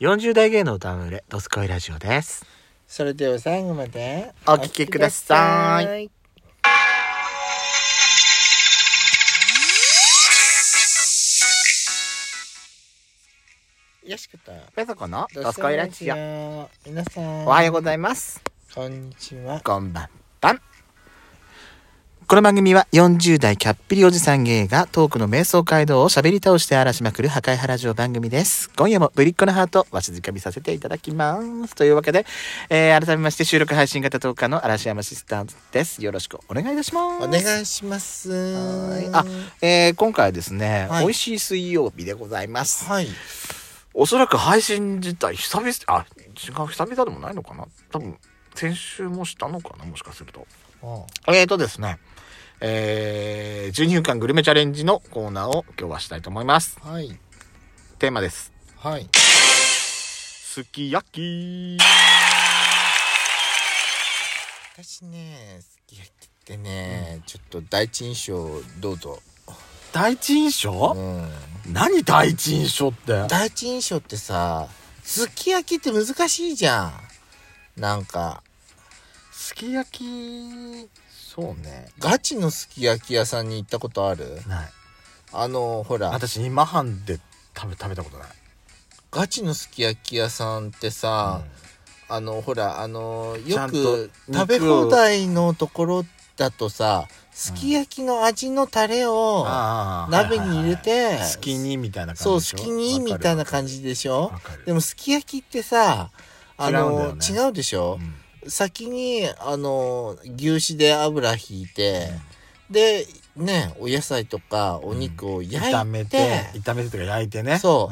40代芸の歌うれドスコイラジオです。 それでは最後までお聞きください。 よしことペソコのドスコイラジオ。 皆さんおはようございます。 こんにちは。 こんばんばん。この番組は40代キャッピリおじさん芸がトークの瞑想街道を喋り倒して荒らしまくる破壊派ラジオ番組です。今夜もぶりっ子のハートわしづかみさせていただきます。というわけで、改めまして収録配信型トーカーの嵐山シスターズです。よろしくお願いいたします。 お願いします。 今回はですね、 はい、 美味しい水曜日でございます。 はい。 おそらく配信自体久々でもないのかな。多分先週もしたのかな、もしかすると。ですね、12分間グルメチャレンジのコーナーを今日はしたいと思います。 はい。 テーマです。 はい。 すき焼き。 私ね、すき焼きってね、ちょっと第一印象どうぞ。 第一印象？何第一印象って？ 第一印象ってさ、すき焼きって難しいじゃん。なんかすき焼き、そうね。 ガチのすき焼き屋さんに行ったことある？ ない。 ほら。 私今半で食べたことない。 ガチのすき焼き屋さんってさ、ほら、よく食べ放題のところだとさ、すき焼きの味のタレを鍋に入れて、 すき煮みたいな感じでしょ。 そう、すき煮みたいな感じでしょ。でもすき焼きってさ、違うでしょ。先に牛脂で油ひいて、でね、お野菜とかお肉を焼いて、 炒めてとか焼いてね。 そう、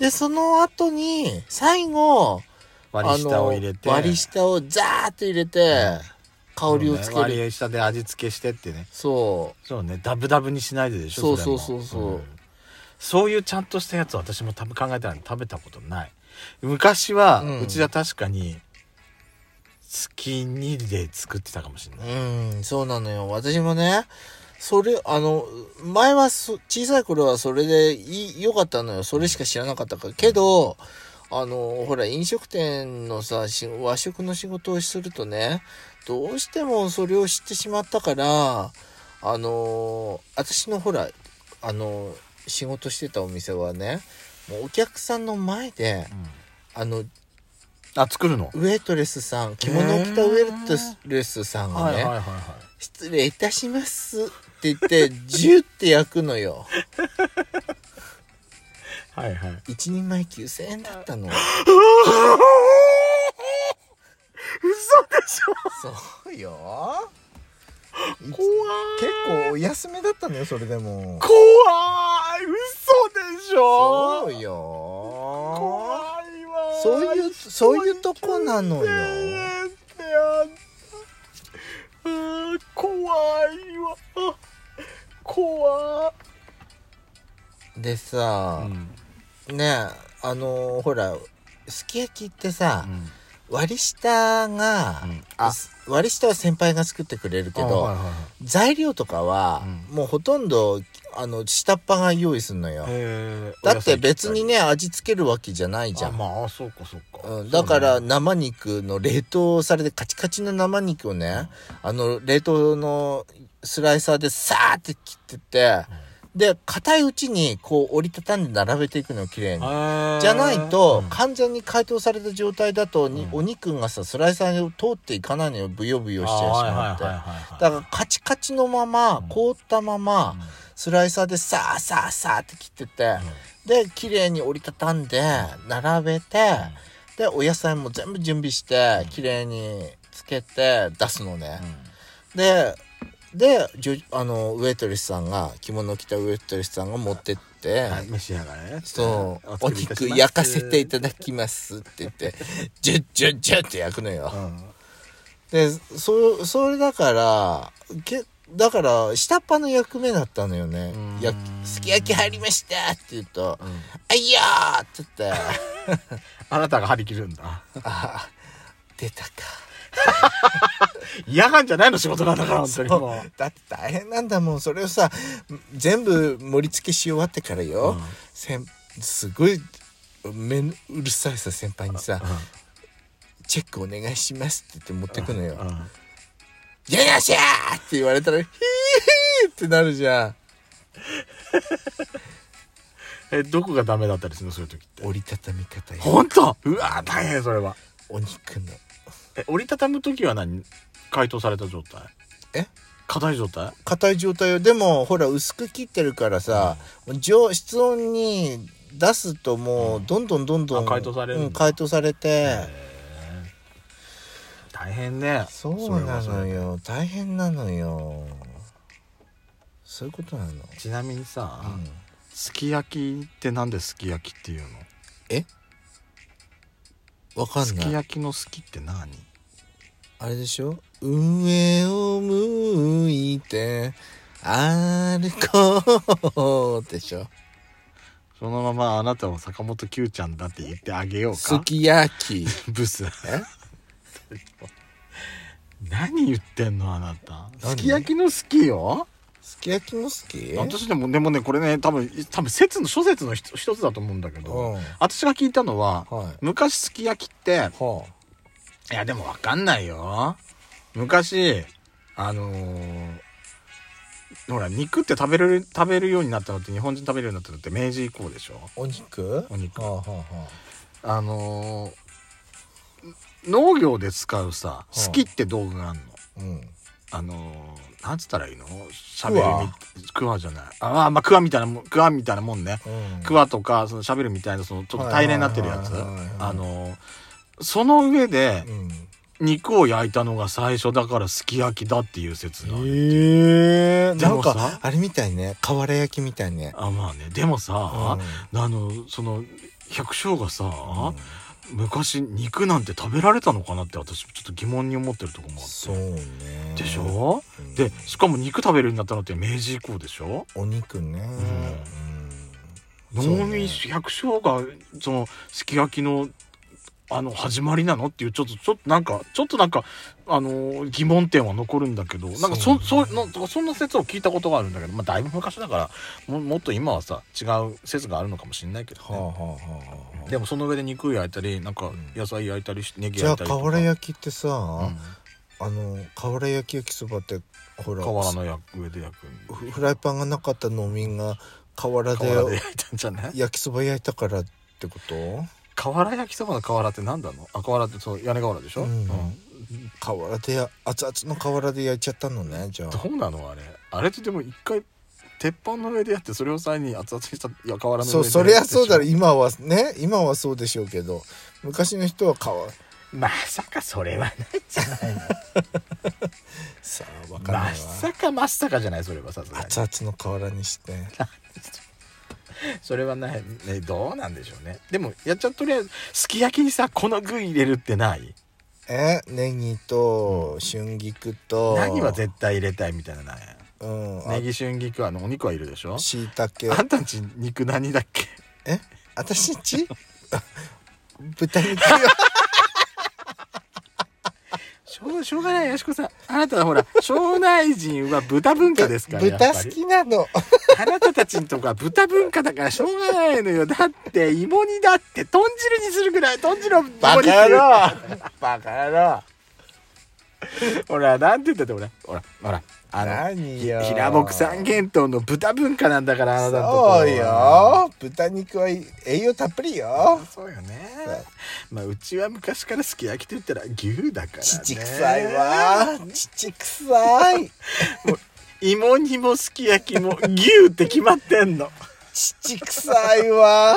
でその後に最後割り下を入れて、 割り下をザーッと入れて、香りをつける、 割り下で味付けしてってね。 そうね、ダブダブにしないででしょ。 そう、 そういうちゃんとしたやつ私も考えたら食べたことない。昔は、うちは確かにすき煮で作ってたかもしれない。 そうなのよ。私もね、それ前は小さい頃はそれで良かったのよ。それしか知らなかったから。けどほら飲食店のさ、和食の仕事をするとね、どうしてもそれを知ってしまったから、私のほら仕事してたお店はね、もうお客さんの前で、 作るの？ ウェイトレスさん、着物を着たウェイトレスさんがね、失礼いたしますって言ってジュって焼くのよ。 はいはい。 1人前9000円だったの。嘘でしょ。そうよ。 怖い。 結構お安めだったのよ、それでも。 怖い。嘘でしょ。 そうよ。 怖いわ。 そういうとこなのよ。 怖いわ。怖でさ、ね、ほらすき焼きってさ、割り下が、割り下は先輩が作ってくれるけど、材料とかは、もうほとんど下っ端が用意するのよ。だって別にね、味付けるわけじゃないじゃん。 そうか。 だから生肉の冷凍されてカチカチの生肉をね、冷凍のスライサーでさーって切ってて、で硬いうちにこう折りたたんで並べていくのよ、綺麗に。じゃないと、完全に解凍された状態だとお肉がさ、スライサーを通っていかないのよ。ブヨブヨしちゃいしまって。だからカチカチのまま、凍ったまま、スライサーでさーって切ってて、で綺麗に折りたたんで並べて、でお野菜も全部準備して綺麗につけて出すのね。でウェイトレスさんが、着物を着たウェイトレスさんが持ってって、 召し上がれね。 そう、お肉焼かせていただきますって言ってジュッって焼くのよ。でそれだから下っ端の役目だったのよね。すき焼き入りましたって言うと、あいやーって言ってあなたが張り切るんだ。 出たか。 嫌がんじゃないの、仕事なんだから。本当にもうだって大変なんだもん。それをさ、全部盛り付けし終わってからよ、すごいうるさいさ先輩にさ、チェックお願いしますって言って持ってくのよ。ややしゃーって言われたらヒーってなるじゃん。 どこがダメだったりするのそういう時って。 折りたたみ方よ。 ほんと？うわ大変それは。 お肉の。 折りたたむ時は何？解凍された状態？硬い状態？ 硬い状態よ。でもほら薄く切ってるからさ、室温に出すともうどんどん解凍されるんだ。 解凍されて、 大変ね。 そうなのよ。大変なのよ。そういうことなの。 ちなみにさ、すき焼きってなんですき焼きっていうの？ わかんない。 すき焼きの好きって何？ あれでしょ？上を向いて歩こうでしょ。 そのままあなたは坂本九ちゃんだって言ってあげようか。 すき焼きブス。何言ってんのあなた。すき焼きの好きよ。 すき焼きも好き？ 私でもねこれね多分諸説の一つだと思うんだけど、私が聞いたのは、昔すき焼きって、いやでもわかんないよ。昔ほら肉って食べるようになったのって、日本人食べるようになったのって明治以降でしょ。 お肉、 農業で使うさ、すきって道具があんの。なんつったらいいの？クワじゃない。クワみたいなもんね。クワとかそのしゃべるみたいな、そのちょっと平らになってるやつ。その上で肉を焼いたのが最初だからすき焼きだっていう説がある。 なんかあれみたいね、瓦焼きみたいね。 まあね。でもさ、その百姓がさ、昔肉なんて食べられたのかなって私ちょっと疑問に思ってるところもあって。 そうね。 でしょ？でしかも肉食べるようになったのって明治以降でしょ。 お肉ね。 農民百姓がそのすき焼きの始まりなのっていうちょっとなんか疑問点は残るんだけど、なんかそんな説を聞いたことがあるんだけど、だいぶ昔だからもっと今はさ違う説があるのかもしれないけどね。でもその上で肉焼いたりなんか野菜焼いたりネギ焼いたりとか。 じゃあ瓦焼きってさ、瓦焼きそばってほら瓦の上で焼くフライパンがなかった農民が瓦で焼いたんじゃない？ 焼きそば焼いたからってこと？ 瓦焼きそばの瓦って何だの？瓦ってそう屋根瓦でしょ。 瓦で熱々の瓦で焼いちゃったのね。じゃあどうなのあれってでも一回鉄板の上でやってそれをさらに熱々にした瓦の上で。 そりゃそうだろ。今はそうでしょうけど、昔の人はまさかそれはないじゃないの。 さあ分かんないわ。 まさかじゃないそれは。さすがに熱々の瓦にしてそれはないね。どうなんでしょうね。でもとりあえずすき焼きにさこの具入れるってない？ ネギと春菊と何は絶対入れたいみたいなのない？ネギ春菊お肉はいるでしょ。 しいたけ。 あんたんち肉何だっけ？ 私んち豚肉よ。 しょうがない。やしこさん、あなたはほら庄内人は豚文化ですから。 豚好きなの。 あなたたちんとこは豚文化だからしょうがないのよ。だって芋煮だって豚汁にするぐらい豚汁をバカ野郎バカ野郎。 ほらなんて言ったってほら何よ、 平牧三元豚の豚文化なんだから。あなたとそうよ。豚肉は栄養たっぷりよ。 そうよね。うちは昔からすき焼きと言ったら牛だからね。 乳臭いわ。乳臭い。 もう芋煮もすき焼きも牛って決まってんの。 乳臭いわ。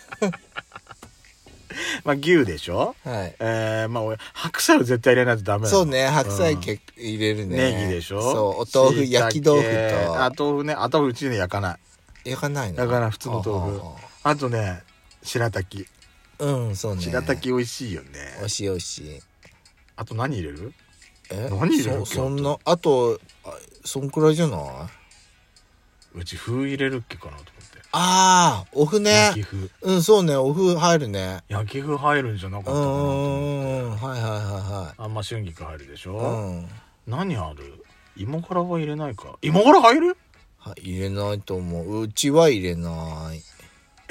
牛でしょ。俺白菜を絶対入れないとダメなの。 そうね、白菜入れるね。 ネギでしょ。 そう、お豆腐、焼き豆腐と。 豆腐ね。豆腐うちで焼かない。 焼かないの？ だから普通の豆腐。あとね、白滝。 そうね。 白滝美味しいよね。 美味しい。あと何入れる？ 何入れる？そんな、あとそんくらいじゃない？ うち風入れるっけかなと思って。 お麩ね。 焼き風。 そうね、お麩入るね。 焼き風入るんじゃなかったかなと思って。 はい。 春菊入るでしょ。何ある？芋がらは入れないか。芋がら入る？ 入れないと思う。うちは入れない。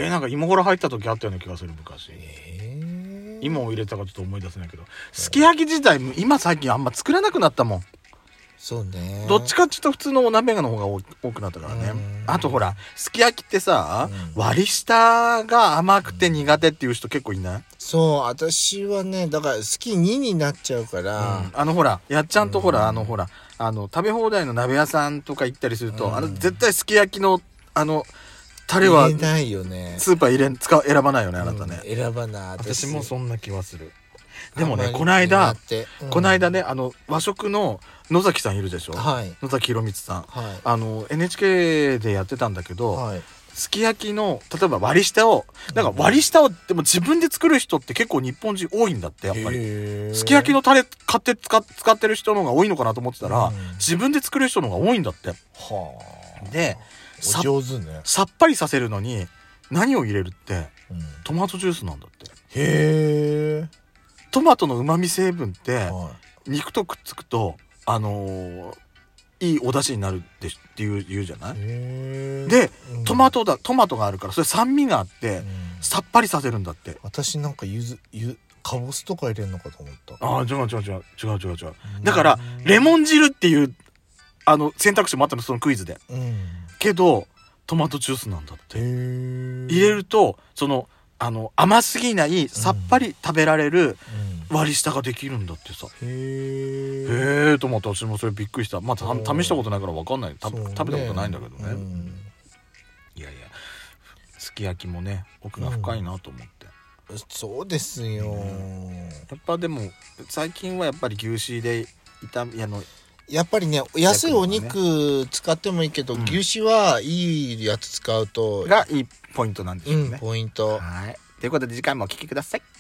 なんか芋がら入った時あったような気がする昔。芋を入れたかちょっと思い出せないけど、すき焼き自体今最近あんま作らなくなったもん。 そうね。 どっちかっていうと普通のお鍋の方が多くなったからね。あとほら、すき焼きってさ、割り下が甘くて苦手っていう人結構いない？ そう、私はね、だから好き2になっちゃうから。 ほら、やっちゃんとほら、ほら、食べ放題の鍋屋さんとか行ったりすると、絶対すき焼きの、タレは、 入れないよね。 スーパー選ばないよね、あなたね。 選ばない。 私もそんな気はする。でもね、この間ね、和食の野崎さんいるでしょ、 はい、 野崎弘光さん、 はい、 NHK でやってたんだけど、 はい、 すき焼きの例えば割り下をなんか割り下をでも自分で作る人って結構日本人多いんだって。やっぱりすき焼きのタレ買って使ってる人の方が多いのかなと思ってたら、自分で作る人の方が多いんだって。でお上手ね。 さっぱりさせるのに何を入れるって、トマトジュースなんだって。 へー。 トマトの旨味成分って肉とくっつくといいお出汁になるって言うじゃない。で、トマトがあるからそれ酸味があって、さっぱりさせるんだって。 私なんかかぼすとか入れるのかと思った。 違う。だからレモン汁っていう選択肢もあったの、そのクイズで。けどトマトジュースなんだって。入れると甘すぎないさっぱり食べられる割り下ができるんだってさ。へえと思って、私もそれびっくりした。まだ試したことないから分かんない。食べたことないんだけどね。いやすき焼きもね奥が深いなと思って。 そうですよ。 やっぱでも最近はやっぱり牛脂でやっぱりね、安いお肉使ってもいいけど、牛脂はいいやつ使うとがいいポイントなんでしょうね。 ポイント。 はい。ということで次回もお聞きください。